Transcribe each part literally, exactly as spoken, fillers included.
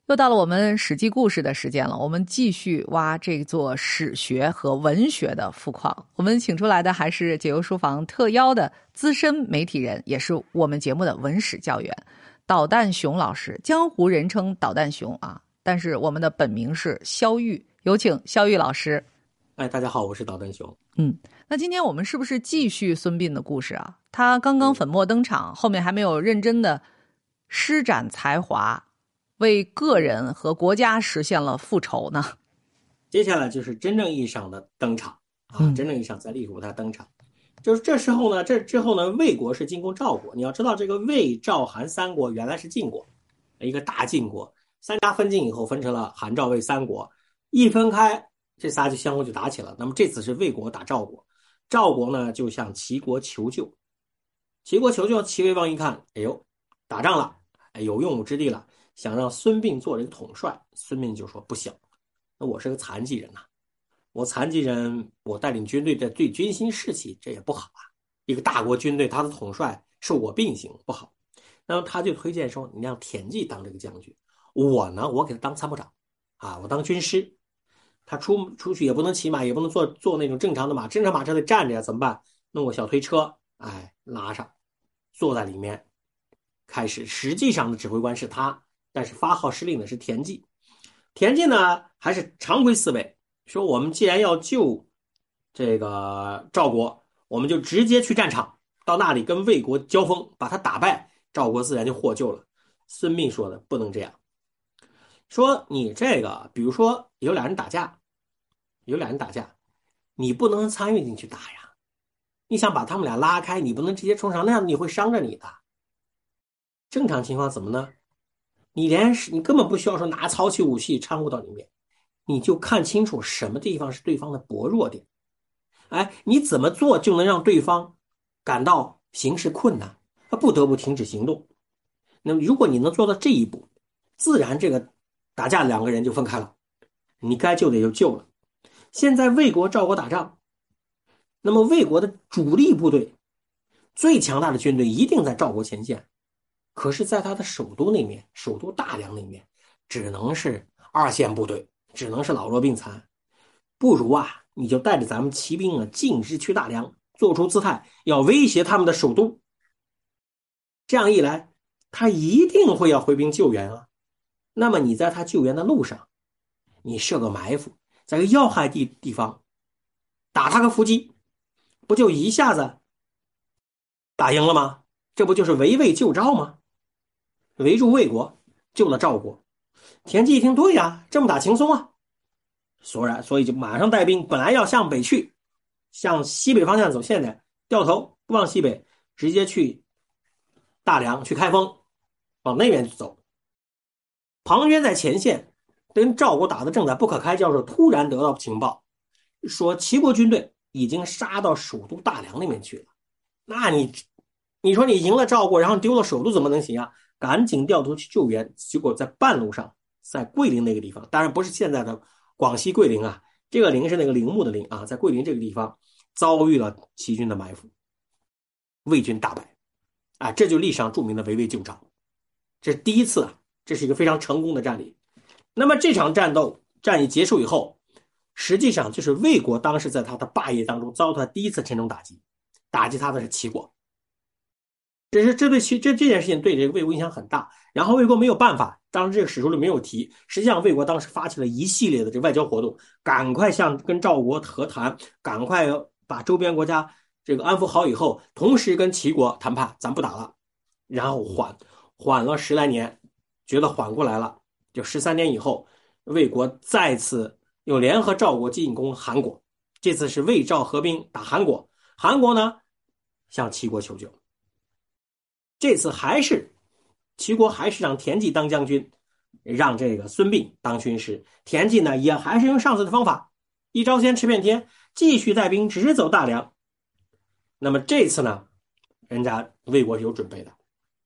又到了我们史记故事的时间了，我们继续挖这座史学和文学的富矿。我们请出来的还是解忧书房特邀的资深媒体人，也是我们节目的文史教员导弹熊老师，江湖人称导弹熊啊，但是我们的本名是肖玉。有请肖玉老师。 哎，大家好，我是导弹熊。 嗯，那今天我们是不是继续孙膑的故事啊？他刚刚粉墨登场，后面还没有认真的施展才华，为个人和国家实现了复仇呢？ 接下来就是真正意义上的登场啊， 嗯、 真正意义上在历史舞台登场。就是这时候呢，这之后呢，魏国是进攻赵国。你要知道，这个魏、赵、韩三国原来是晋国，一个大晋国。三家分晋以后，分成了韩、赵、魏三国。一分开，这仨就相互就打起了。那么这次是魏国打赵国，赵国呢就向齐国求救。齐国求救，齐威王一看，哎呦，打仗了，哎，有用武之地了，想让孙膑做这个统帅。孙膑就说不行，那我是个残疾人呐、啊，我残疾人，我带领军队这对军心士气，这也不好啊。一个大国军队，他的统帅受过病刑，不好。那么他就推荐说，你让田忌当这个将军，我呢，我给他当参谋长啊，我当军师。他出出去也不能骑马，也不能坐坐那种正常的马，正常马车得站着呀，怎么办？弄个小推车，哎，拉上，坐在里面，开始。实际上的指挥官是他，但是发号施令的是田忌。田忌呢，还是常规思维，说我们既然要救这个赵国，我们就直接去战场，到那里跟魏国交锋，把他打败，赵国自然就获救了。孙膑说的不能这样，说你这个，比如说有俩人打架，有俩人打架，你不能参与进去打呀。你想把他们俩拉开，你不能直接冲上，那样你会伤着你的。正常情况怎么呢？你连你根本不需要说拿操起武器掺和到里面，你就看清楚什么地方是对方的薄弱点。哎，你怎么做就能让对方感到行事困难，他不得不停止行动。那么如果你能做到这一步，自然这个打架两个人就分开了，你该救的就救了。现在魏国赵国打仗，那么魏国的主力部队最强大的军队一定在赵国前线，可是在他的首都那面，首都大梁那面只能是二线部队，只能是老弱病残。不如啊，你就带着咱们骑兵啊，径直去大梁，做出姿态，要威胁他们的首都。这样一来，他一定会要回兵救援啊。那么你在他救援的路上，你设个埋伏，在个要害地地方打他个伏击，不就一下子打赢了吗？这不就是围魏救赵吗？围住魏国，救了赵国。田忌一听，对呀，这么打轻松啊，所以所以就马上带兵，本来要向北去，向西北方向走，现在掉头不往西北，直接去大梁去开封，往那边走。庞涓在前线跟赵国打的正在不可开交的时候，突然得到情报，说齐国军队已经杀到首都大梁那边去了。那你你说你赢了赵国，然后丢了首都，怎么能行啊？赶紧掉头去救援。结果在半路上，在桂林那个地方，当然不是现在的广西桂林啊，这个陵是那个陵墓的陵啊，在桂林这个地方遭遇了齐军的埋伏，魏军大败啊，这就历史上著名的围魏救赵。这是第一次啊，这是一个非常成功的战例。那么这场战斗战役结束以后，实际上就是魏国当时在他的霸业当中遭到第一次沉重打击，打击他的是齐国。这是这对齐这这件事情对这个魏国影响很大。然后魏国没有办法，当然这个史书里没有提，实际上魏国当时发起了一系列的这外交活动，赶快向跟赵国和谈，赶快把周边国家这个安抚好以后，同时跟齐国谈判，咱不打了，然后缓缓了十来年，觉得缓过来了，就十三年以后，魏国再次又联合赵国进攻韩国。这次是魏赵合兵打韩国，韩国呢向齐国求救。这次还是齐国还是让田忌当将军，让这个孙膑当军师。田忌呢也还是用上次的方法，一招鲜吃遍天，继续带兵直走大梁。那么这次呢，人家魏国是有准备的。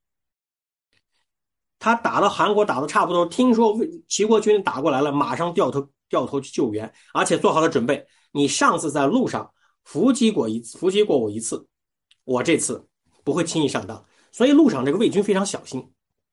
他打到韩国打的差不多，听说齐国军打过来了，马上掉头掉头去救援，而且做好了准备。你上次在路上伏击过一次，伏击过我一次，我这次不会轻易上当。所以路上这个魏军非常小心。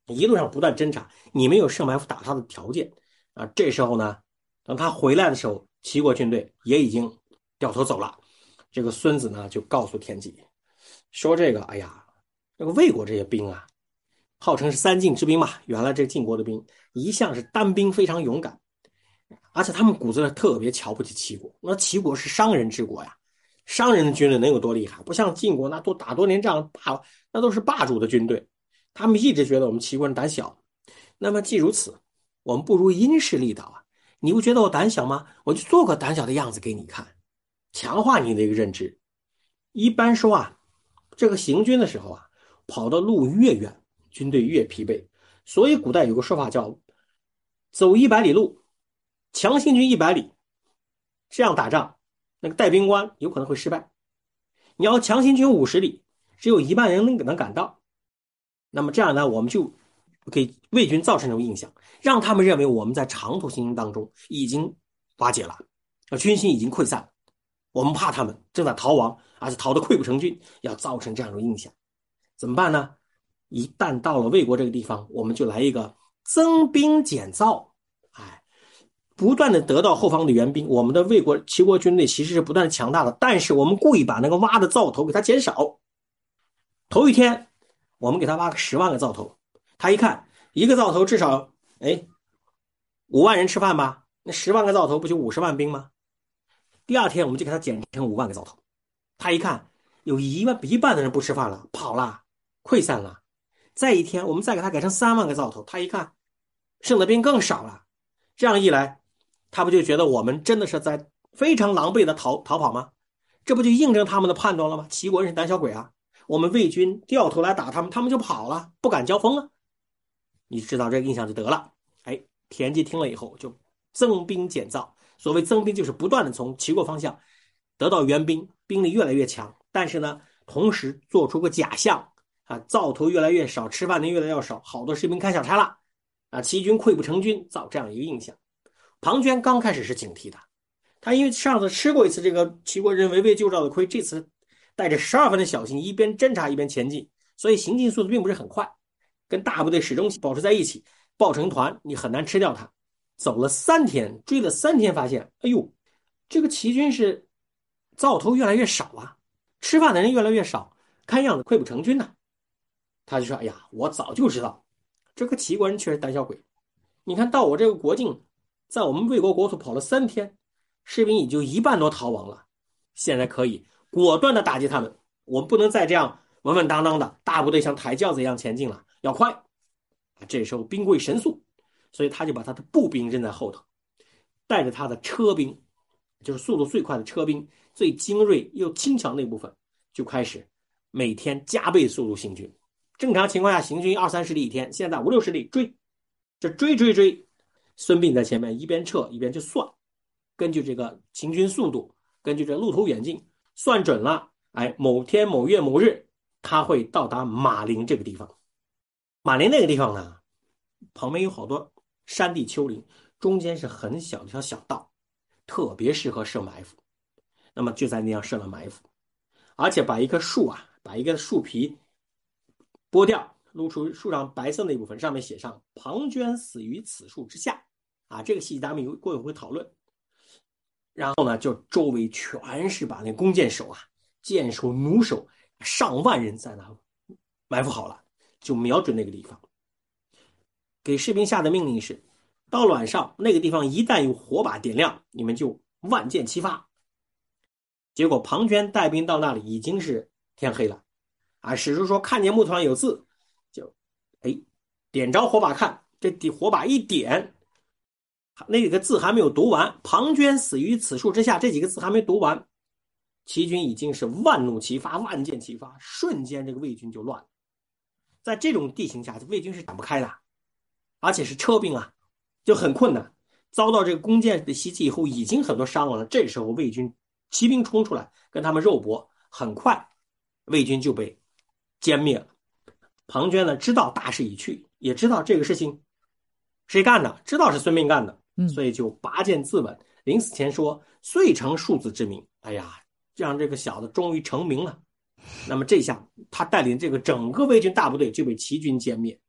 一路上不断侦查，你没有设埋伏打他的条件啊。这时候呢，等他回来的时候，齐国军队也已经掉头走了。这个孙子呢就告诉田忌说：“这个，哎呀，这个魏国这些兵啊，号称是三晋之兵嘛，原来这晋国的兵一向是单兵非常勇敢，而且他们骨子里特别瞧不起齐国。那齐国是商人之国呀，商人的军队能有多厉害？不像晋国那多打多年仗，霸那都是霸主的军队。他们一直觉得我们齐国人胆小。那么既如此，我们不如因势利导啊！你不觉得我胆小吗？我就做个胆小的样子给你看，强化你的一个认知。一般说啊，这个行军的时候啊，跑的路越远，军队越疲惫。所以古代有个说法叫走一百里路，强行军一百里。这样打仗，那个带兵官有可能会失败。你要强行军五十里，只有一半人能能赶到。那么这样呢，我们就给魏军造成这种印象，让他们认为我们在长途行军当中已经瓦解了，军心已经溃散，我们怕他们正在逃亡，而且逃得溃不成军，要造成这样一种印象。怎么办呢？一旦到了魏国这个地方，我们就来一个增兵减灶，哎，不断的得到后方的援兵。我们的魏国齐国军队其实是不断强大的，但是我们故意把那个挖的灶头给它减少。头一天我们给他挖个十万个灶头，他一看一个灶头至少哎五万人吃饭吧，那十万个灶头不就五十万兵吗？第二天我们就给他减成五万个灶头，他一看有一万一半的人不吃饭了，跑了，溃散了。再一天我们再给他改成三万个灶头，他一看剩的兵更少了。这样一来，他不就觉得我们真的是在非常狼狈的逃逃跑吗？这不就印证他们的判断了吗？齐国人是胆小鬼啊，我们魏军掉头来打他们，他们就跑了，不敢交锋啊。你知道这个印象就得了。哎，田忌听了以后就增兵减灶。所谓增兵就是不断的从齐国方向得到援兵，兵力越来越强，但是呢同时做出个假象啊，灶头越来越少，吃饭的越来越少，好多士兵开小差了啊，齐军溃不成军，造这样一个印象。庞涓刚开始是警惕的，他因为上次吃过一次这个齐国人围魏救赵的亏，这次带着十二分的小心，一边侦察一边前进，所以行进速度并不是很快，跟大部队始终保持在一起，抱成团，你很难吃掉它。走了三天，追了三天，发现，哎呦，这个齐军是灶头越来越少啊，吃饭的人越来越少，看样子溃不成军呢。他就说：“哎呀，我早就知道，这个齐国人确实胆小鬼。你看到我这个国境，在我们魏国国土跑了三天，士兵已经一半多逃亡了。现在可以果断的打击他们，我们不能再这样稳稳当当的大部队像抬轿子一样前进了，要快。”这时候兵贵神速，所以他就把他的步兵扔在后头，带着他的车兵，就是速度最快的车兵，最精锐又轻巧那部分，就开始每天加倍速度行军。正常情况下行军二三十里一天，现在五六十里追，这追追追，孙膑在前面一边撤一边就算，根据这个行军速度，根据这路途远近，算准了，哎，某天某月某日他会到达马陵这个地方。马陵那个地方呢，旁边有好多山地丘陵，中间是很小的一条小道，特别适合设埋伏。那么就在那样设了埋伏，而且把一棵树啊，把一个树皮剥掉，露出树上白色那部分，上面写上庞涓死于此树之下啊，这个细节咱们有过一会讨论。然后呢，就周围全是把那弓箭手啊、箭手、弩手上万人在那埋伏好了，就瞄准那个地方。给士兵下的命令是，到晚上那个地方一旦有火把点亮，你们就万箭齐发。结果庞涓带兵到那里已经是天黑了啊，史书说看见木头上有字，就哎点着火把看，这火把一点，那个字还没有读完，庞涓死于此树之下，这几个字还没读完，齐军已经是万弩齐发，万箭齐发，瞬间这个魏军就乱了。在这种地形下，魏军是展不开的，而且是车兵啊，就很困难。遭到这个弓箭的袭击以后，已经很多伤亡了。这时候魏军骑兵冲出来跟他们肉搏，很快魏军就被歼灭了。庞涓呢知道大势已去，也知道这个事情谁干的，知道是孙膑干的，所以就拔剑自刎，临死前说遂成庶子之名。哎呀，让这个小子终于成名了。那么这下他带领这个整个魏军大部队就被齐军歼灭，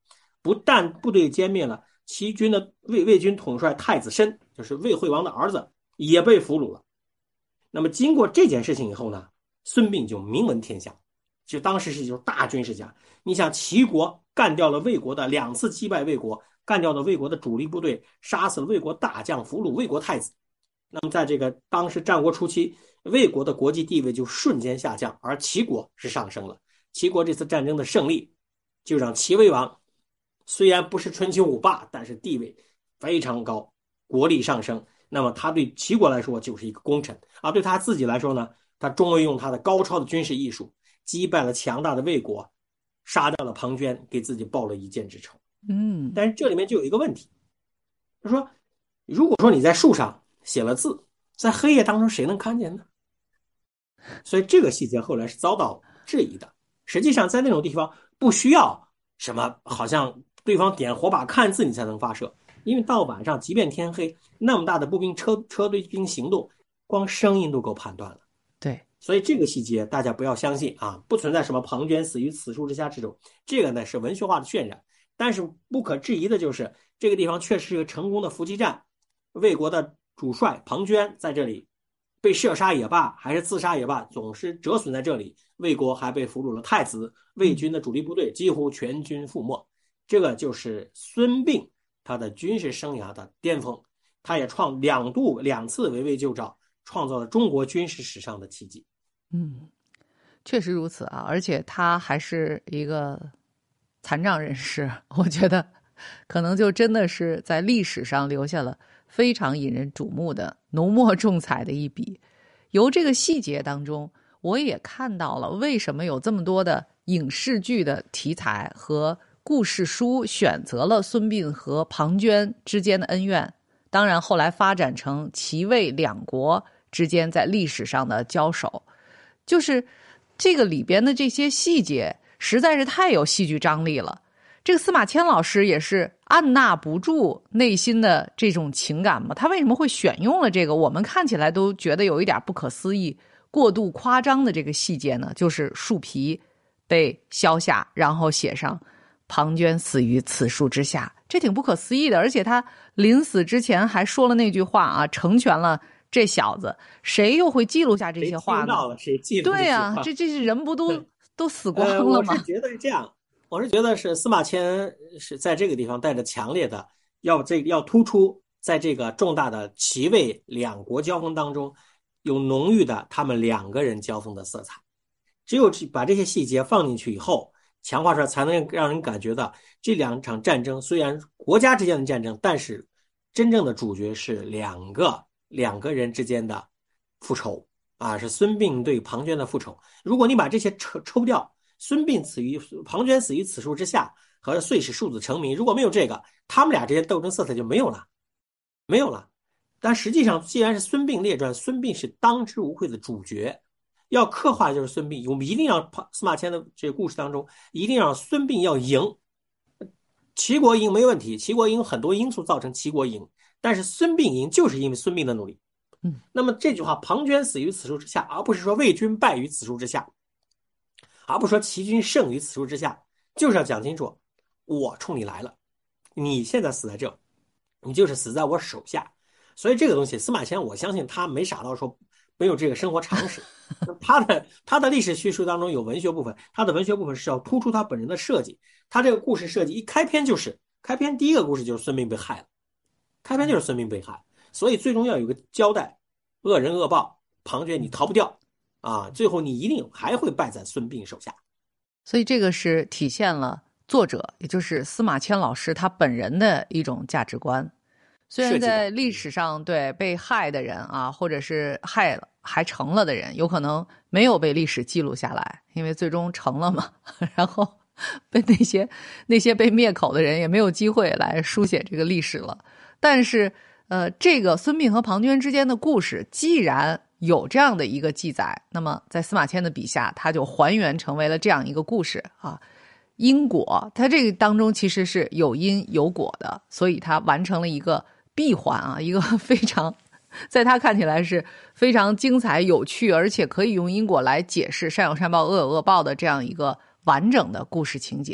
不但部队歼灭了，齐军的魏魏军统帅太子申，就是魏惠王的儿子，也被俘虏了。那么经过这件事情以后呢，孙膑就名闻天下，就当时是就是大军事家。你想齐国干掉了魏国的两次击败魏国，干掉了魏国的主力部队，杀死了魏国大将，俘虏魏国太子。那么在这个当时战国初期，魏国的国际地位就瞬间下降，而齐国是上升了。齐国这次战争的胜利，就让齐威王虽然不是春秋五霸，但是地位非常高，国力上升。那么他对齐国来说就是一个功臣，而对他自己来说呢，他终于用他的高超的军事艺术击败了强大的魏国，杀掉了庞涓，给自己报了一箭之仇。 嗯， 但是这里面就有一个问题，他说如果说你在树上写了字，在黑夜当中谁能看见呢？所以这个细节后来是遭到质疑的。实际上在那种地方不需要什么好像对方点火把看字你才能发射，因为到晚上即便天黑，那么大的步兵车车队兵行动，光声音都够判断了。 对， 所以这个细节大家不要相信啊，不存在什么庞涓死于此树之下这种，这个呢是文学化的渲染。但是不可质疑的就是这个地方确实是一个成功的伏击战，魏国的主帅庞涓在这里被射杀也罢，还是自杀也罢，总是折损在这里。魏国还被俘虏了太子，魏军的主力部队几乎全军覆没。这个就是孙膑他的军事生涯的巅峰，他也创两度两次围魏救赵，创造了中国军事史上的奇迹。 嗯，确实如此啊，而且他还是一个残障人士，我觉得可能就真的是在历史上留下了非常引人瞩目的浓墨重彩的一笔。由这个细节当中，我也看到了为什么有这么多的影视剧的题材和故事书选择了孙膑和庞涓之间的恩怨，当然后来发展成齐魏两国之间在历史上的交手。就是这个里边的这些细节实在是太有戏剧张力了。这个司马迁老师也是按捺不住内心的这种情感嘛，他为什么会选用了这个我们看起来都觉得有一点不可思议、过度夸张的这个细节呢？就是树皮被削下，然后写上庞涓死于此树之下，这挺不可思议的。而且他临死之前还说了那句话啊，成全了这小子。谁又会记录下这些话呢？ 谁听到了谁记录？ 对啊，这这些人不都都死光了吗？ 呃、我是觉得是这样，我是觉得是司马迁是在这个地方带着强烈的要这要突出，在这个重大的齐魏两国交锋当中，有浓郁的他们两个人交锋的色彩。只有把这些细节放进去以后，强化出来，才能让人感觉到这两场战争虽然国家之间的战争，但是真正的主角是两个两个人之间的复仇啊，是孙膑对庞涓的复仇。如果你把这些抽抽掉，孙膑死于庞涓死于此树之下和遂使庶子成名，如果没有这个，他们俩之间斗争色彩就没有了，没有了。但实际上，既然是孙膑列传，孙膑是当之无愧的主角。要刻画就是孙膑，我们一定要司马迁的这个故事当中，一定让孙膑要赢。齐国赢没问题，齐国赢很多因素造成齐国赢，但是孙膑赢就是因为孙膑的努力。 嗯， 那么这句话，庞涓死于此树之下，而不是说魏军败于此树之下，而不是说齐军胜于此树之下，就是要讲清楚，我冲你来了，你现在死在这，你就是死在我手下。所以这个东西，司马迁我相信他没傻到说没有这个生活常识。他的他的历史叙述当中有文学部分，他的文学部分是要突出他本人的设计。他这个故事设计一开篇就是开篇第一个故事就是孙膑被害了，开篇就是孙膑被害，所以最终要有个交代，恶人恶报，庞涓你逃不掉啊，最后你一定还会败在孙膑手下。 所以这个是体现了作者，也就是司马迁老师他本人的一种价值观。虽然在历史上对被害的人啊，或者是害了还成了的人，有可能没有被历史记录下来，因为最终成了嘛，然后被那些那些被灭口的人也没有机会来书写这个历史了。但是呃，这个孙膑和庞涓之间的故事既然有这样的一个记载，那么在司马迁的笔下，他就还原成为了这样一个故事啊。因果它这个当中其实是有因有果的，所以它完成了一个闭环啊，一个非常在他看起来是非常精彩有趣，而且可以用因果来解释善有善报恶有恶报的这样一个完整的故事情节。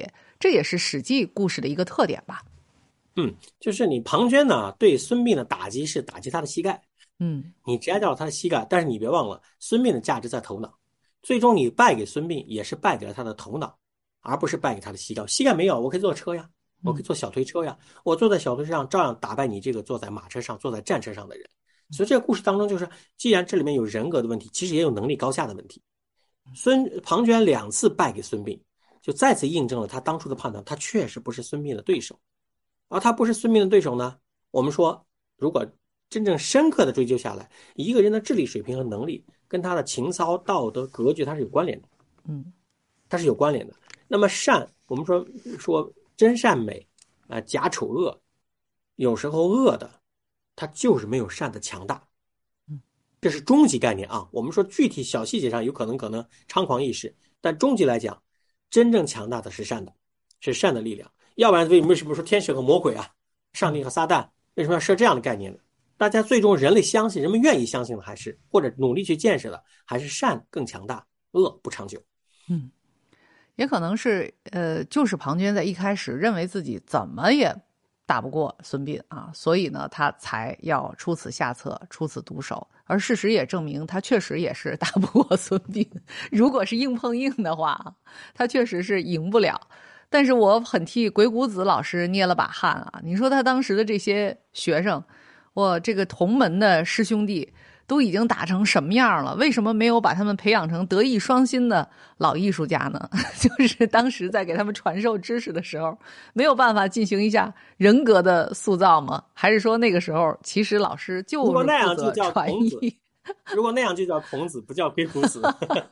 这也是《史记》故事的一个特点吧。 嗯，就是你庞涓呢对孙膑的打击是打击他的膝盖， 嗯， 你摘掉了他的膝盖，但是你别忘了孙膑的价值在头脑，最终你败给孙膑也是败给了他的头脑，而不是败给他的膝盖。膝盖没有，我可以坐车呀，我可以坐小推车呀，我坐在小推车上照样打败你这个坐在马车上、坐在战车上的人。所以这个故事当中，就是既然这里面有人格的问题，其实也有能力高下的问题。孙庞涓两次败给孙膑，就再次印证了他当初的判断，他确实不是孙膑的对手。而他不是孙膑的对手呢，我们说，如果真正深刻的追究下来，一个人的智力水平和能力跟他的情操、道德、格局，它是有关联的。 嗯， 它是有关联的。那么善，我们说说真善美啊、呃，假丑恶，有时候恶的，它就是没有善的强大。这是终极概念啊。我们说具体小细节上有可能可能猖狂一时，但终极来讲，真正强大的是善的，是善的力量。要不然为什么说天使和魔鬼啊，上帝和撒旦为什么要设这样的概念呢？大家最终人类相信，人们愿意相信的还是或者努力去见识的还是善更强大，恶不长久。 嗯，也可能是呃，就是庞涓在一开始认为自己怎么也打不过孙膑啊，所以呢，他才要出此下策，出此毒手。而事实也证明，他确实也是打不过孙膑。如果是硬碰硬的话，他确实是赢不了。但是我很替鬼谷子老师捏了把汗啊！你说他当时的这些学生，我这个同门的师兄弟都已经打成什么样了？为什么没有把他们培养成德艺双馨的老艺术家呢？就是当时在给他们传授知识的时候，没有办法进行一下人格的塑造吗？还是说那个时候其实老师就是如果那样就叫传译？如果那样就叫孔子，不叫鬼谷子。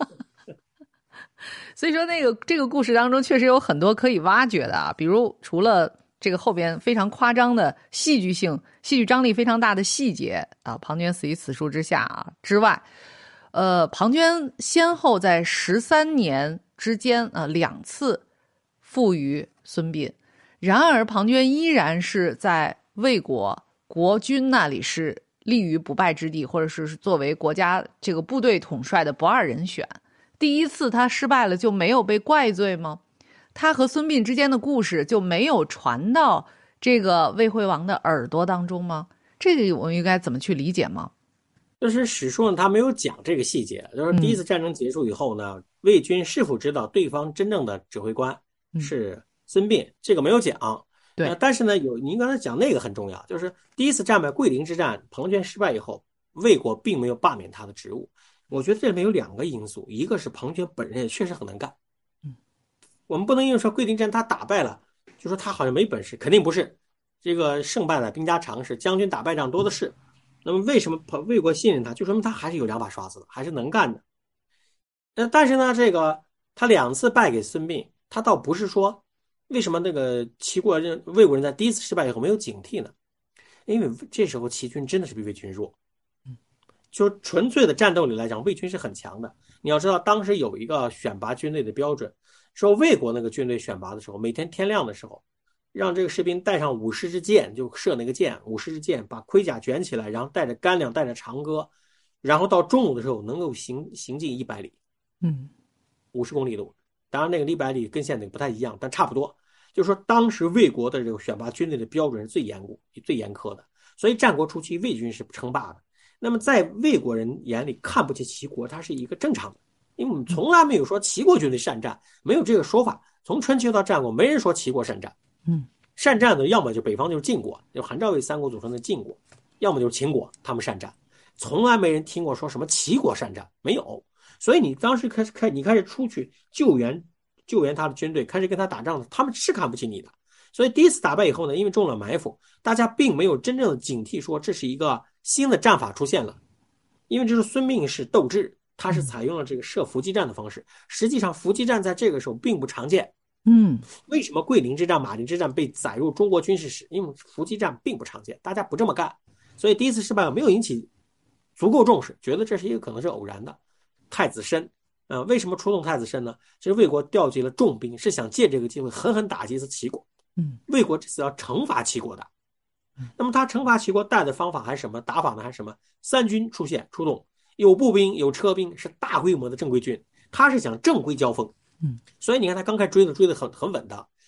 所以说，那个这个故事当中确实有很多可以挖掘的啊，比如除了这个后边非常夸张的戏剧性、戏剧张力非常大的细节啊，庞涓死于此树之下啊之外，呃，庞涓先后在十三年之间啊两次负于孙膑，然而庞涓依然是在魏国国君那里是立于不败之地，或者是作为国家这个部队统帅的不二人选。第一次他失败了就没有被怪罪吗？他和孙膑之间的故事就没有传到这个魏惠王的耳朵当中吗？这个我们应该怎么去理解吗？ 就是史书呢，他没有讲这个细节。就是第一次战争结束以后呢，嗯、魏军是否知道对方真正的指挥官是孙膑，嗯、这个没有讲。 对、 呃，但是呢，有您刚才讲那个很重要，就是第一次战败桂林之战，庞涓失败以后，魏国并没有罢免他的职务。我觉得这里面有两个因素，一个是庞涓本人也确实很能干， 嗯， 我们不能因为说桂林战他打败了，就说他好像没本事，肯定不是，这个胜败乃兵家常事，将军打败仗多的是。那么为什么魏国信任他？就说明他还是有两把刷子的，还是能干的。呃，但是呢，这个他两次败给孙膑，他倒不是说为什么那个齐国人魏国人在第一次失败以后没有警惕呢？因为这时候齐军真的是比魏军弱。就纯粹的战斗里来讲，魏军是很强的。你要知道，当时有一个选拔军队的标准，说魏国那个军队选拔的时候，每天天亮的时候，让这个士兵带上五十支箭，就射那个箭，五十支箭，把盔甲卷起来，然后带着干粮，带着长戈，然后到中午的时候能够行行进一百里， 嗯， 五十公里路。当然，那个一百里跟现在不太一样，但差不多。就是说，当时魏国的这个选拔军队的标准是最严固、最严苛的，所以战国初期魏军是称霸的。那么在魏国人眼里看不起齐国，它是一个正常的，因为我们从来没有说齐国军队善战，没有这个说法。从春秋到战国，没人说齐国善战。 嗯， 善战的要么就北方就是晋国，就韩赵魏三国组成的晋国，要么就是秦国，他们善战，从来没人听过说什么齐国善战，没有。所以你当时开始开，你开始出去救援救援他的军队，开始跟他打仗的，他们是看不起你的。所以第一次打败以后呢，因为中了埋伏，大家并没有真正的警惕，说这是一个新的战法出现了。因为这是孙膑是斗智，他是采用了这个设伏击战的方式。实际上，伏击战在这个时候并不常见。 嗯， 为什么桂林之战、马陵之战被载入中国军事史？因为伏击战并不常见，大家不这么干，所以第一次失败没有引起足够重视，觉得这是一个可能是偶然的。太子申，呃，为什么出动太子申呢？其实魏国调集了重兵，是想借这个机会狠狠打击一次齐国。 嗯， 魏国这次要惩罚齐国的。那么他惩罚齐国带的方法还是什么？打法呢还是什么？三军出现出动，有步兵有车兵，是大规模的正规军。他是想正规交锋。 嗯， 所以你看他刚开始追的追的很很稳的，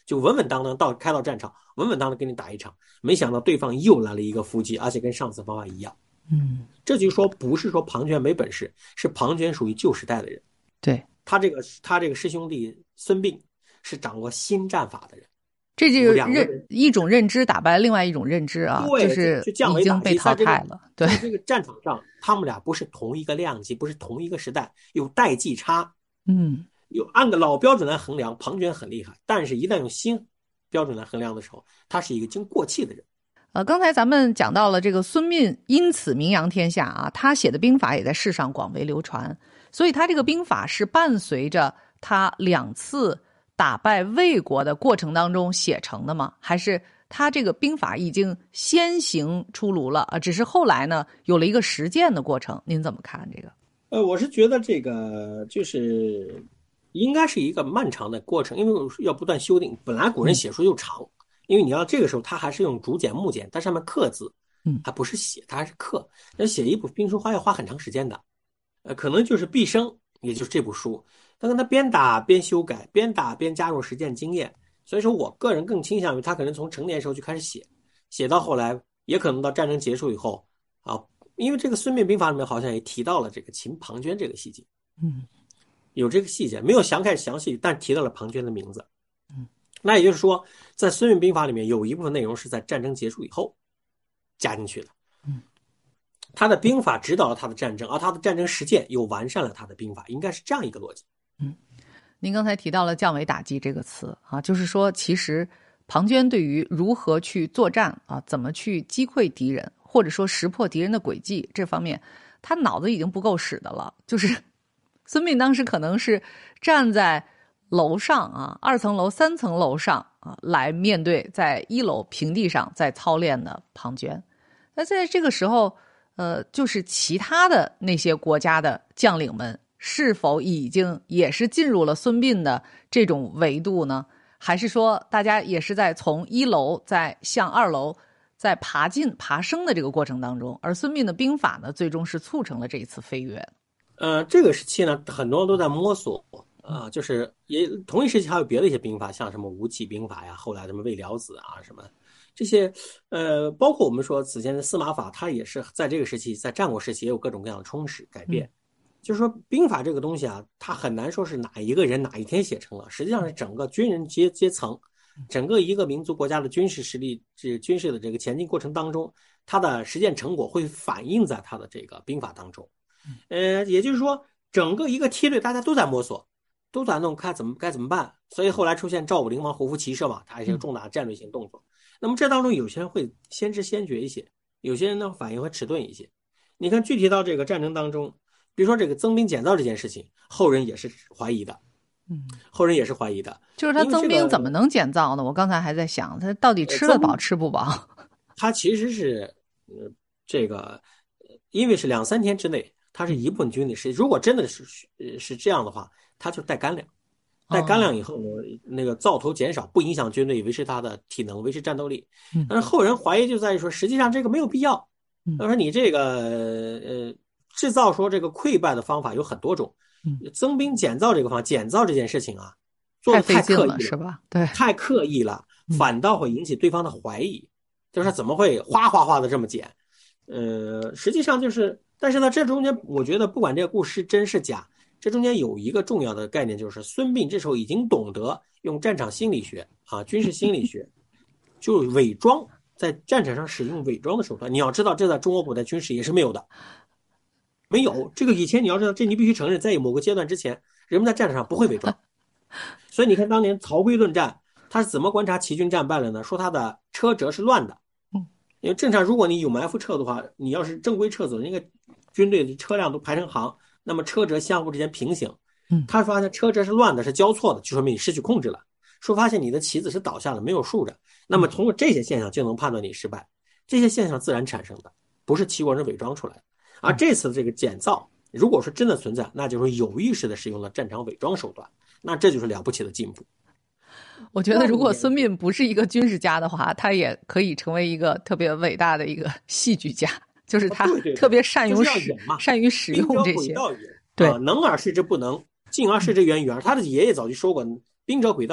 就稳稳当当到开到战场，稳稳当当跟你打一场。没想到对方又来了一个伏击，而且跟上次方法一样。 嗯， 这就说不是说庞涓没本事，是庞涓属于旧时代的人。 对， 他这个他这个师兄弟孙膑是掌握新战法的人。 这就是认一种认知打败另外一种认知啊， 对， 就是已经被淘汰了。对， 在这个战场上，他们俩不是同一个量级，不是同一个时代，有代际差。 嗯， 有按个老标准来衡量，庞涓很厉害，但是一旦用新标准来衡量的时候，他是一个经过气的人。 呃，刚才咱们讲到了这个孙膑因此名扬天下啊，他写的兵法也在世上广为流传，所以他这个兵法是伴随着他两次打败魏国的过程当中写成的吗？还是他这个兵法已经先行出炉了啊？只是后来呢有了一个实践的过程？您怎么看这个？ 呃，我是觉得这个就是应该是一个漫长的过程，因为要不断修订。本来古人写书就长，嗯、因为你要这个时候他还是用竹简木简，它上面刻字， 嗯， 还不是写，它还是刻。要写一部兵书花要花很长时间的，呃，可能就是毕生，也就是这部书。但是他边打边修改，边打边加入实践经验，所以说我个人更倾向于他可能从成年时候就开始写，写到后来，也可能到战争结束以后啊，因为这个孙膑兵法里面好像也提到了这个秦庞涓这个细节， 嗯， 有这个细节，没有详太详细，但提到了庞涓的名字， 嗯， 那也就是说，在孙膑兵法里面有一部分内容是在战争结束以后加进去的， 嗯。 他的兵法指导了他的战争，而他的战争实践又完善了他的兵法，应该是这样一个逻辑。 嗯，您刚才提到了降维打击这个词啊，就是说其实庞涓对于如何去作战啊，怎么去击溃敌人，或者说识破敌人的诡计这方面，他脑子已经不够使的了。就是孙膑当时可能是站在楼上啊，二层楼、三层楼上啊，来面对在一楼平地上在操练的庞涓。那在这个时候，呃，就是其他的那些国家的将领们是否已经也是进入了孙膑的这种维度呢？还是说大家也是在从一楼在向二楼在爬进爬升的这个过程当中，而孙膑的兵法呢，最终是促成了这一次飞跃？ 呃，这个时期呢，很多人都在摸索啊、呃，就是也同一时期还有别的一些兵法，像什么吴起兵法呀，后来什么魏辽子啊什么。这些，呃，包括我们说此前的司马法，它也是在这个时期，在战国时期也有各种各样的充实改变。嗯、就是说，兵法这个东西啊，它很难说是哪一个人哪一天写成了，实际上是整个军人阶阶层，整个一个民族国家的军事实力，这军事的这个前进过程当中，它的实践成果会反映在它的这个兵法当中。呃，也就是说，整个一个梯队大家都在摸索，都在弄看怎么该怎么办。所以后来出现赵武灵王虎符骑射嘛，它是一个重大战略性动作。那么这当中有些人会先知先觉一些，有些人呢反应会迟钝一些。你看具体到这个战争当中，比如说这个增兵减灶这件事情，后人也是怀疑的， 嗯， 后人也是怀疑的。 就是他增兵怎么能减灶呢？我刚才还在想，他到底吃得饱吃不饱？ 他其实是，呃，这个，因为是两三天之内，他是一部分军力是，如果真的是是这样的话，他就带干粮。带干粮以后呢，那个灶头减少，不影响军队维持他的体能，维持战斗力。但是后人怀疑就在于说，实际上这个没有必要。他说你这个呃制造说这个溃败的方法有很多种，增兵减灶这个方法，减灶这件事情啊，做的太刻意了， 是吧？对， 太刻意了，反倒会引起对方的怀疑，就是他怎么会哗哗哗的这么减？呃，实际上就是，但是呢，这中间我觉得不管这个故事是真是假。这中间有一个重要的概念，就是孙膑这时候已经懂得用战场心理学啊，军事心理学，就伪装，在战场上使用伪装的手段。你要知道，这在中国古代军事也是没有的，没有这个以前你要知道，这你必须承认，在某个阶段之前，人们在战场上不会伪装。所以你看，当年曹刿论战，他是怎么观察齐军战败了呢？说他的车辙是乱的，因为正常如果你有埋伏撤的话，你要是正规撤走，那个军队的车辆都排成行。那么车辙相互之间平行，他发现车辙是乱的，是交错的，就说明你失去控制了。说发现你的旗子是倒下了，没有竖着。那么通过这些现象就能判断你失败。这些现象自然产生的，不是齐国人伪装出来的。而这次这个减灶，如果说真的存在，那就是有意识的使用了战场伪装手段，那这就是了不起的进步。 我觉得如果孙膑不是一个军事家的话，他也可以成为一个特别伟大的一个戏剧家。就是他特别善于使、 哦、 善于使用这些， 对、啊，能而示之不能，进而示之远，远而他的爷爷早就说过，兵者诡道也，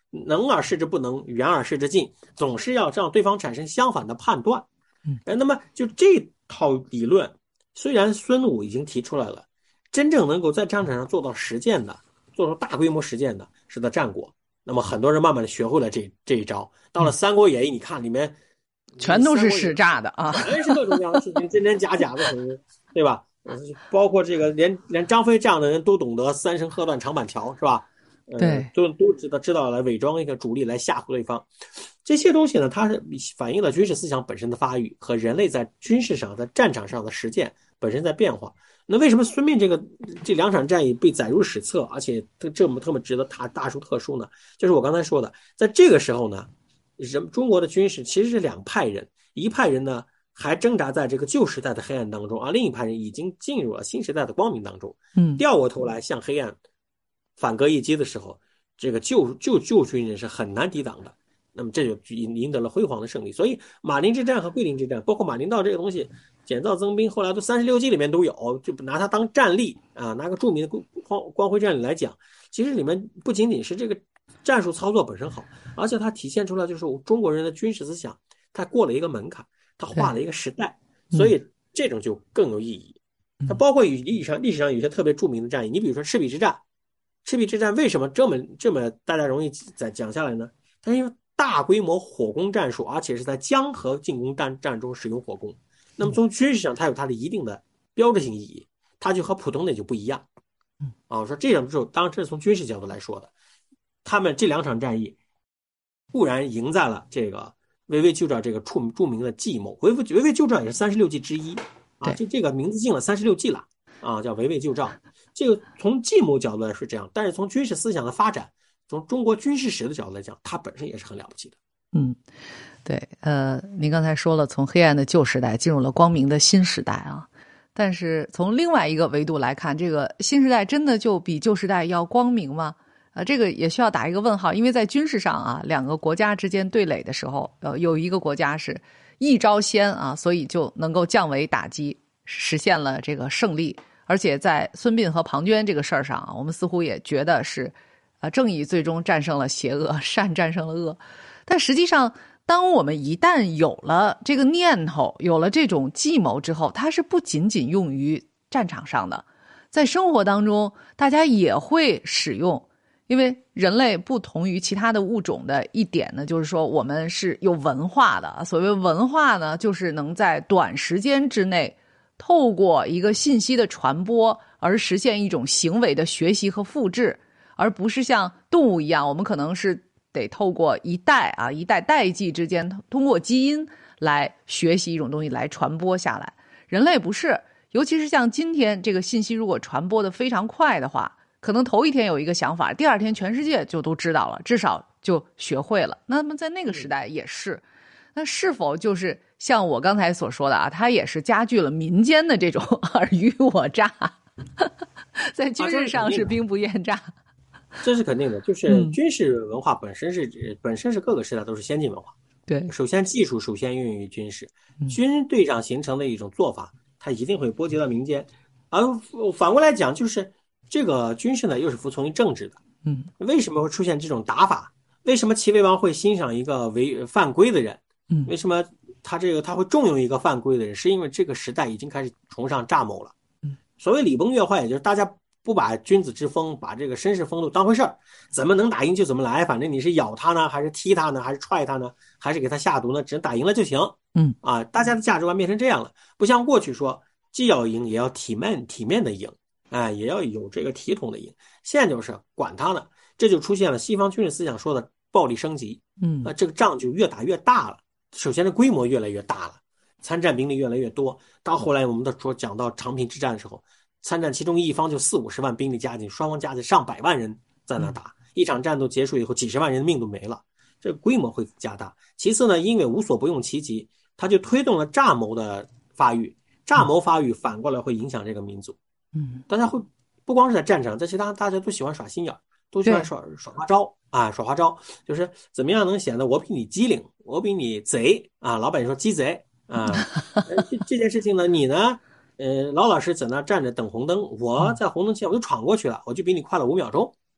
能而示之不能，远而示之近，总是要让对方产生相反的判断。 嗯， 那么就这套理论，虽然孙武已经提出来了，真正能够在战场上做到实践的，做出大规模实践的，是在战国。那么很多人慢慢的学会了这这一招。到了《三国演义》，你看里面全都是使诈的啊， 全是各种各样的事情，真真假假的，对吧？包括这个连连张飞这样的人都懂得三声喝断长板桥，是吧？呃、 对， 都都知道知道来伪装一个主力来吓唬对方。这些东西呢，它是反映了军事思想本身的发育和人类在军事上在战场上的实践本身在变化。那为什么孙膑这个这两场战役被载入史册，而且这么特别值得大大书特书呢？就是我刚才说的，在这个时候呢，人中国的军事其实是两派人，一派人呢还挣扎在这个旧时代的黑暗当中，而另一派人已经进入了新时代的光明当中。 嗯， 掉过头来向黑暗反戈一击的时候，这个旧旧旧军人是很难抵挡的。那么这就赢赢得了辉煌的胜利。所以马陵之战和桂林之战，包括马陵道这个东西，减灶增兵，后来都三十六计里面都有，就拿它当战例啊，拿个著名的光光辉战例来讲，其实里面不仅仅是这个战术操作本身好，而且它体现出来就是中国人的军事思想，它过了一个门槛，它画了一个时代，所以这种就更有意义。它包括历史上历史上有些特别著名的战役，你比如说赤壁之战，赤壁之战为什么这么这么大家容易再讲下来呢？它因为大规模火攻战术，而且是在江河进攻战战中使用火攻。那么从军事上，它有它的一定的标志性意义，它就和普通的就不一样。啊，我说这样之后，当然这是从军事角度来说的。他们这两场战役固然赢在了这个围魏救赵这个著著名的计谋，围魏围魏救赵也是三十六计之一啊，就这个名字进了三十六计了啊，叫围魏救赵。这个从计谋角度来说这样，但是从军事思想的发展，从中国军事史的角度来讲，它本身也是很了不起的。 嗯，对，呃，您刚才说了，从黑暗的旧时代进入了光明的新时代啊。但是从另外一个维度来看，这个新时代真的就比旧时代要光明吗？啊，这个也需要打一个问号，因为在军事上啊，两个国家之间对垒的时候，呃，有一个国家是一招鲜啊，所以就能够降维打击，实现了这个胜利。而且在孙膑和庞涓这个事儿上啊，我们似乎也觉得是，呃，正义最终战胜了邪恶，善战胜了恶。但实际上，当我们一旦有了这个念头，有了这种计谋之后，它是不仅仅用于战场上的，在生活当中，大家也会使用。因为人类不同于其他的物种的一点呢，就是说我们是有文化的。所谓文化呢，就是能在短时间之内，透过一个信息的传播而实现一种行为的学习和复制，而不是像动物一样，我们可能是得透过一代啊一代代际之间，通过基因来学习一种东西来传播下来。人类不是，尤其是像今天这个信息如果传播的非常快的话，可能头一天有一个想法，第二天全世界就都知道了，至少就学会了。那么在那个时代也是，那是否就是像我刚才所说的啊，它也是加剧了民间的这种尔虞我诈，在军事上是兵不厌诈。 这是肯定的，就是军事文化本身是、嗯、本身是各个时代都是先进文化。 对， 首先技术首先运用于军事，军队上形成的一种做法，它一定会波及到民间。而反过来讲，就是这个军事呢，又是服从于政治的。 嗯， 为什么会出现这种打法？为什么齐威王会欣赏一个违犯规的人？ 嗯， 为什么他这个他会重用一个犯规的人？是因为这个时代已经开始崇尚诈谋了。 嗯， 所谓礼崩乐坏，也就是大家不把君子之风，把这个绅士风度当回事儿，怎么能打赢就怎么来，反正你是咬他呢，还是踢他呢，还是踹他呢，还是给他下毒呢？只能打赢了就行。 嗯， 啊，大家的价值观变成这样了，不像过去说既要赢也要体面体面的赢。哎，也要有这个体统的赢。现在就是管他呢，这就出现了西方军事思想说的暴力升级。 嗯， 啊，这个仗就越打越大了。首先，这规模越来越大了，参战兵力越来越多。到后来，我们的说讲到长平之战的时候，参战其中一方就四五十万兵力加进，双方加起上百万人在那打。嗯、一场战斗结束以后，几十万人的命都没了，这个规模会加大。其次呢，因为无所不用其极，它就推动了诈谋的发育。诈谋发育反过来会影响这个民族。 嗯， 大家会不光是在战场，在其他大家都喜欢耍心眼，都喜欢耍耍花招啊，耍花招就是怎么样能显得我比你机灵，我比你贼啊。老百姓说鸡贼啊，这这件事情呢，你呢，呃，老老实在那站着等红灯，我在红灯前我就闯过去了，我就比你快了五秒钟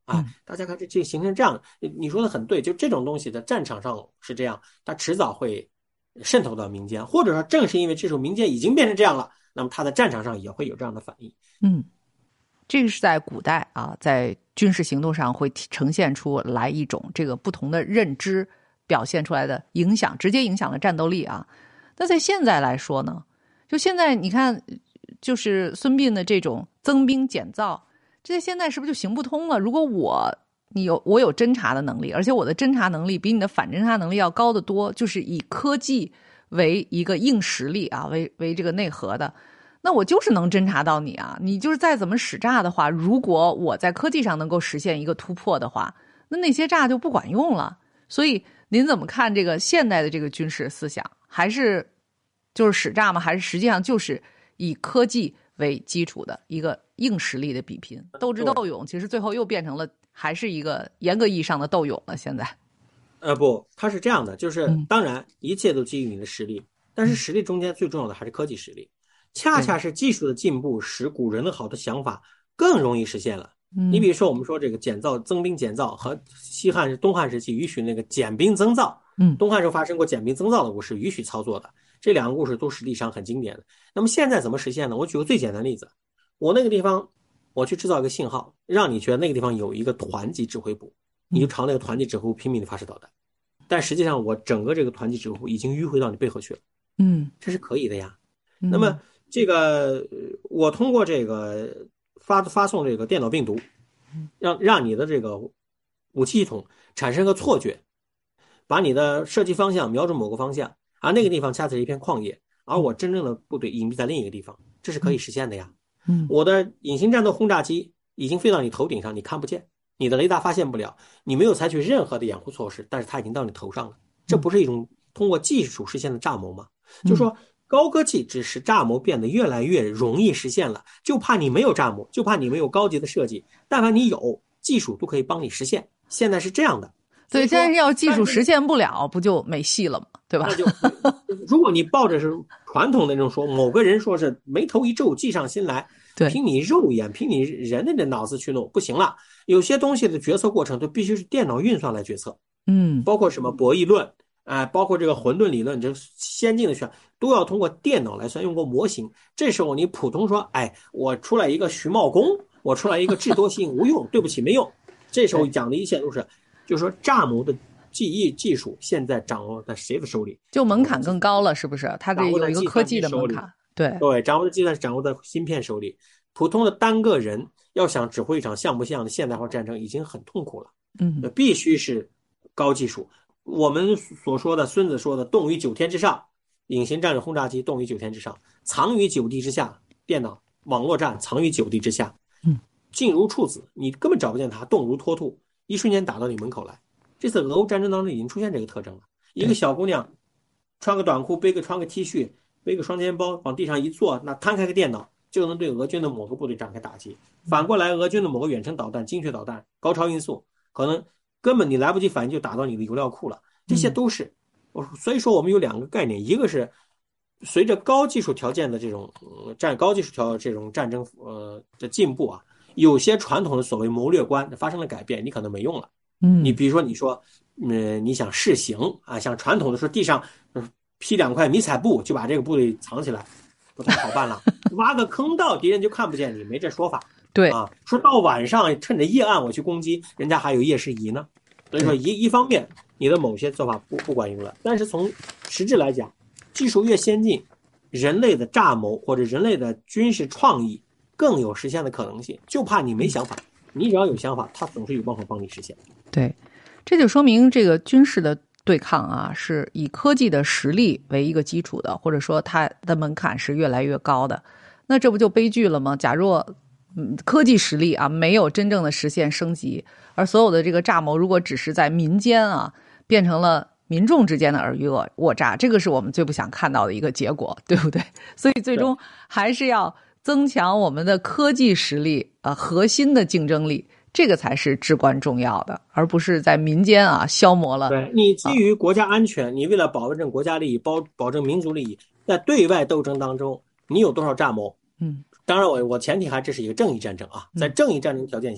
啊，大家看这这形成这样，你说的很对，就这种东西在战场上是这样，它迟早会渗透到民间，或者说正是因为这时候民间已经变成这样了，那么它在战场上也会有这样的反应。 嗯，这个是在古代啊，在军事行动上会呈现出来一种这个不同的认知表现出来的影响，直接影响了战斗力啊。那在现在来说呢，就现在你看，就是孙膑的这种增兵减灶，这些现在是不是就行不通了？如果我你有我有侦察的能力，而且我的侦察能力比你的反侦察能力要高得多，就是以科技为一个硬实力啊，为为这个内核的，那我就是能侦察到你啊。你就是再怎么使诈的话，如果我在科技上能够实现一个突破的话，那那些诈就不管用了。所以您怎么看这个现代的这个军事思想？还是就是使诈吗？还是实际上就是以科技为基础的一个硬实力的比拼，斗智斗勇，其实最后又变成了还是一个严格意义上的斗勇了。现在， 呃，不，它是这样的，就是当然一切都基于你的实力，但是实力中间最重要的还是科技实力，恰恰是技术的进步使古人的好的想法更容易实现了。你比如说，我们说这个减灶、增兵减灶和西汉、东汉时期允许那个减兵增灶，嗯，东汉时候发生过减兵增灶的故事，允许操作的。这两个故事都是历史上很经典的。那么现在怎么实现呢？我举个最简单的例子，我那个地方我去制造一个信号，让你觉得那个地方有一个团级指挥部，你就朝那个团级指挥部拼命的发射导弹，但实际上我整个这个团级指挥部已经迂回到你背后去了，嗯，这是可以的呀。那么这个我通过这个发发送这个电脑病毒，让让你的这个武器系统产生个错觉，把你的射击方向瞄准某个方向，而那个地方恰恰是一片旷野，而我真正的部队隐蔽在另一个地方，这是可以实现的呀。嗯，我的隐形战斗轰炸机已经飞到你头顶上，你看不见，你的雷达发现不了，你没有采取任何的掩护措施，但是它已经到你头上了，这不是一种通过技术实现的诈谋吗？就是说高科技只使诈谋变得越来越容易实现了，就怕你没有诈谋，就怕你没有高级的设计，但凡你有技术都可以帮你实现。现在是这样的， 对，但是要技术实现不了，不就没戏了吗？对吧？ 那就如果你抱着是传统的那种说，某个人说是眉头一皱，计上心来，对，凭你肉眼，凭你人的脑子去弄，不行了。有些东西的决策过程都必须是电脑运算来决策，嗯，包括什么博弈论。哎，包括这个混沌理论，这先进的学都要通过电脑来算，用过模型。这时候你普通说，哎，我出来一个徐茂公，我出来一个智多星无用，对不起，没用。这时候讲的一切都是，就是说诈谋的技艺技术现在掌握在谁的手里？ 就门槛更高了，是不是？它得有一个科技的门槛。对对，掌握的计算掌握在芯片手里。普通的单个人要想指挥一场像不像的现代化战争，已经很痛苦了。嗯，必须是高技术。我们所说的孙子说的动于九天之上，隐形战略轰炸机动于九天之上，藏于九地之下，电脑网络战藏于九地之下，嗯，静如处子，你根本找不见它，动如脱兔，一瞬间打到你门口来。这次俄乌战争当中已经出现这个特征了，一个小姑娘穿个短裤，背个穿个 T 恤，背个双肩包，往地上一坐，那摊开个电脑就能对俄军的某个部队展开打击。反过来，俄军的某个远程导弹、精确导弹、高超音速，可能根本你来不及反应就打到你的油料库了。这些都是，所以说我们有两个概念，一个是随着高技术条件的这种、呃、战高技术条这种战争呃的进步啊，有些传统的所谓谋略观发生了改变，你可能没用了。嗯，你比如说你说，呃，你想试行啊，像传统的说地上披两块迷彩布就把这个部队藏起来，不太好办了。挖个坑道，敌人就看不见你，没这说法。 对啊，说到晚上趁着夜暗我去攻击，人家还有夜视仪呢。所以说一一方面你的某些做法不不管用了，但是从实质来讲，技术越先进，人类的诈谋或者人类的军事创意更有实现的可能性，就怕你没想法，你只要有想法，他总是有办法帮你实现。 对，这就说明这个军事的对抗啊，是以科技的实力为一个基础的，或者说它的门槛是越来越高的。那这不就悲剧了吗？假若嗯，科技实力啊没有真正的实现升级，而所有的这个诈谋如果只是在民间啊变成了民众之间的尔虞我诈，这个是我们最不想看到的一个结果，对不对？所以最终还是要增强我们的科技实力啊，核心的竞争力，这个才是至关重要的，而不是在民间啊消磨了。 对，你基于国家安全，啊、你为了保证国家利益，保保证民族利益，在对外斗争当中，你有多少诈谋？嗯。当然我，我我前提还这是一个正义战争啊，在正义战争条件下，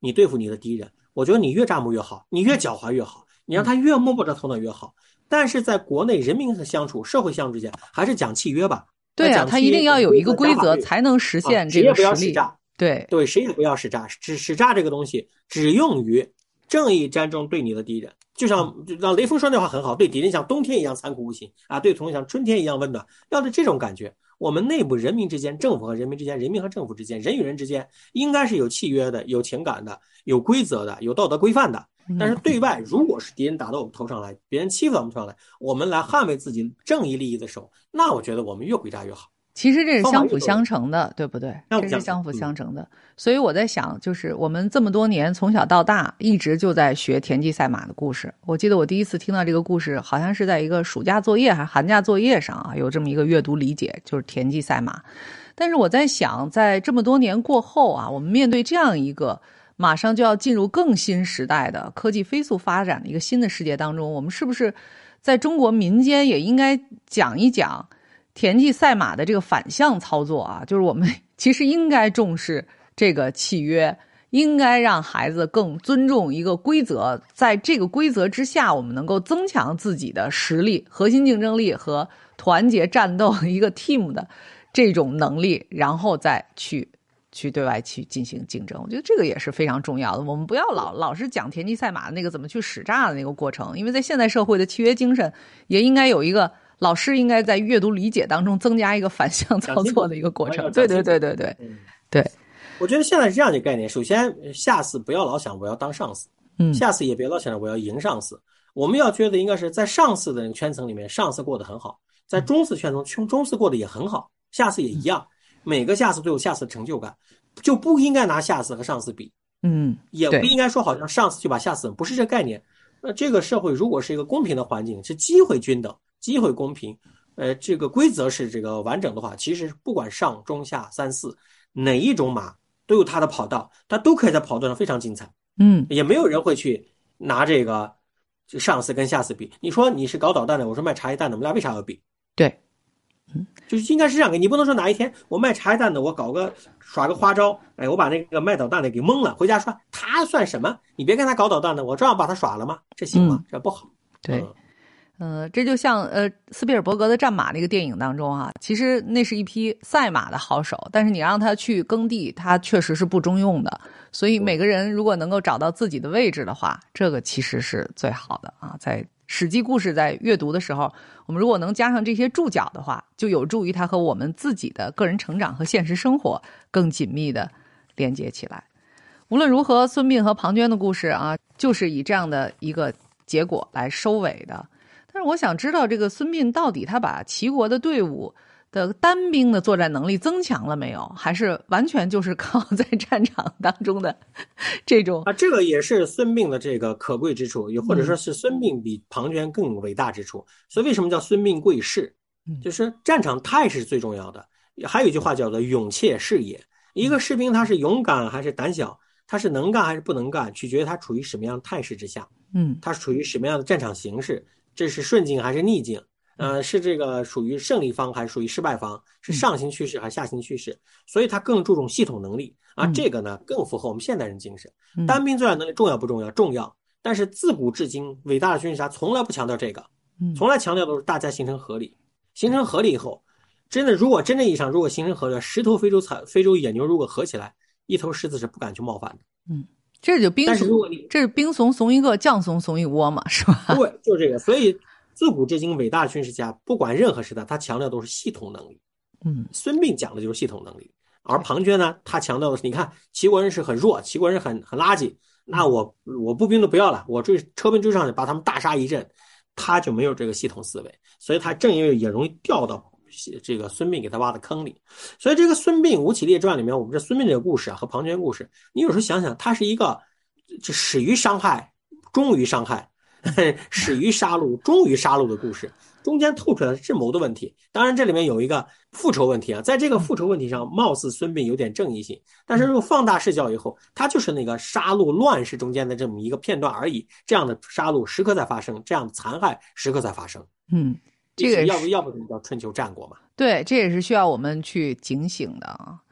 你对付你的敌人，我觉得你越诈目越好，你越狡猾越好，你让他越摸不着头脑越好。但是在国内人民的相处、社会相处之间，还是讲契约吧。 对啊，他一定要有一个规则，才能实现这个实力。 谁也不要使诈， 对对，谁也不要使诈，使使诈这个东西只用于正义战争对你的敌人。就像让雷锋说那话很好，对敌人像冬天一样残酷无情啊，对同学像春天一样温暖，要的这种感觉。我们内部人民之间，政府和人民之间，人民和政府之间，人与人之间，应该是有契约的、有情感的、有规则的、有道德规范的。但是对外，如果是敌人打到我们头上来，别人欺负到我们头上来，我们来捍卫自己正义利益的时候，那我觉得我们越诡诈越好。 其实这是相辅相成的，对不对？ 这是相辅相成的。嗯、所以我在想，就是我们这么多年从小到大一直就在学田忌赛马的故事。我记得我第一次听到这个故事，好像是在一个暑假作业还是寒假作业上啊，有这么一个阅读理解，就是田忌赛马。但是我在想，在这么多年过后啊，我们面对这样一个马上就要进入更新时代的科技飞速发展的一个新的世界当中，我们是不是在中国民间也应该讲一讲田忌赛马的这个反向操作啊？就是我们其实应该重视这个契约，应该让孩子更尊重一个规则，在这个规则之下，我们能够增强自己的实力、核心竞争力和团结战斗一个 team 的这种能力，然后再去去对外去进行竞争。我觉得这个也是非常重要的。我们不要老老是讲田忌赛马的那个怎么去使诈的那个过程，因为在现代社会的契约精神也应该有一个。老师应该在阅读理解当中增加一个反向操作的一个过程。对对对对对，嗯、对。 我觉得现在是这样的概念：首先，下次不要老想我要当上司，嗯，下次也别老想着我要赢上司。我们要觉得应该是在上司的圈层里面，上司过得很好；在中司圈层，中司过得也很好，下司也一样。每个下司都有下司的成就感，就不应该拿下司和上司比， 嗯， 也不应该说好像上司就把下司，不是这概念。那这个社会如果是一个公平的环境，是机会均等。机会公平，呃，这个规则是这个完整的话，其实不管上中下三四哪一种马都有它的跑道，它都可以在跑道上非常精彩。 嗯， 也没有人会去拿这个上司跟下司比。你说你是搞导弹的，我说卖茶叶蛋的，我们俩为啥要比？ 对，嗯， 就是应该是这样的。你不能说哪一天我卖茶叶蛋的，我搞个耍个花招，哎，我把那个卖导弹的给蒙了，回家说他算什么？你别跟他搞导弹的，我照样把他耍了吗？这行吗？嗯、这不好。 对。嗯呃，这就像呃斯皮尔伯格的《战马》那个电影当中啊，其实那是一匹赛马的好手，但是你让他去耕地，他确实是不中用的。所以每个人如果能够找到自己的位置的话，这个其实是最好的啊。在史记故事在阅读的时候，我们如果能加上这些注脚的话，就有助于他和我们自己的个人成长和现实生活更紧密的连接起来。无论如何，孙膑和庞涓的故事啊，就是以这样的一个结果来收尾的。但是我想知道，这个孙膑到底他把齐国的队伍的单兵的作战能力增强了没有？还是完全就是靠在战场当中的这种啊？这个也是孙膑的这个可贵之处，也或者说是孙膑比庞涓更伟大之处。所以为什么叫孙膑贵士？就是战场态势是最重要的。还有一句话叫做勇怯是也。一个士兵他是勇敢还是胆小，他是能干还是不能干，取决于他处于什么样的态势之下。 嗯， 他处于什么样的战场形势。这是顺境还是逆境？呃，是这个属于胜利方还是属于失败方？是上行趋势还是下行趋势？所以他更注重系统能力啊，这个呢更符合我们现代人精神。单兵作战能力重要不重要？重要。但是自古至今，伟大的军事家从来不强调这个，从来强调都是大家形成合力，形成合力以后，真的如果真正意义上如果形成合力，十头非洲草非洲野牛如果合起来，一头狮子是不敢去冒犯的。 嗯。这就兵怂，这是兵怂怂一个，将怂怂一窝嘛，是吧？ 对，就这个。所以自古至今，伟大的军事家不管任何时代，他强调都是系统能力。 嗯， 孙膑讲的就是系统能力，而庞涓呢，他强调的是，你看齐国人是很弱，齐国人很很垃圾，那我我步兵都不要了，我追车兵追上去，把他们大杀一阵，他就没有这个系统思维，所以他正因为也容易掉到这个孙膑给他挖的坑里。所以这个孙膑吴起列传里面，我们这孙膑这个故事啊和庞涓故事，你有时候想想，它是一个这始于伤害终于伤害始于杀戮终于杀戮的故事，中间透出来的是谋的问题。当然这里面有一个复仇问题啊，在这个复仇问题上貌似孙膑有点正义性，但是如果放大视角以后，它就是那个杀戮乱世中间的这么一个片段而已，这样的杀戮时刻在发生，这样的残害时刻在发生。 嗯，这个要不要不叫春秋战国嘛？ 对，这也是需要我们去警醒的啊。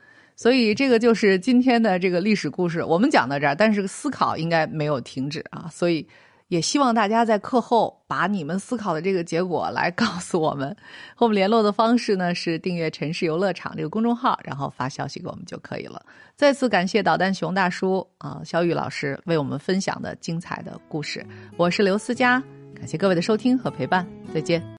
所以这个就是今天的这个历史故事，我们讲到这儿，但是思考应该没有停止啊，所以也希望大家在课后把你们思考的这个结果来告诉我们。和我们联络的方式呢是订阅城市游乐场这个公众号，然后发消息给我们就可以了。再次感谢导弹熊大叔啊，小雨老师为我们分享的精彩的故事。我是刘思佳，感谢各位的收听和陪伴，再见。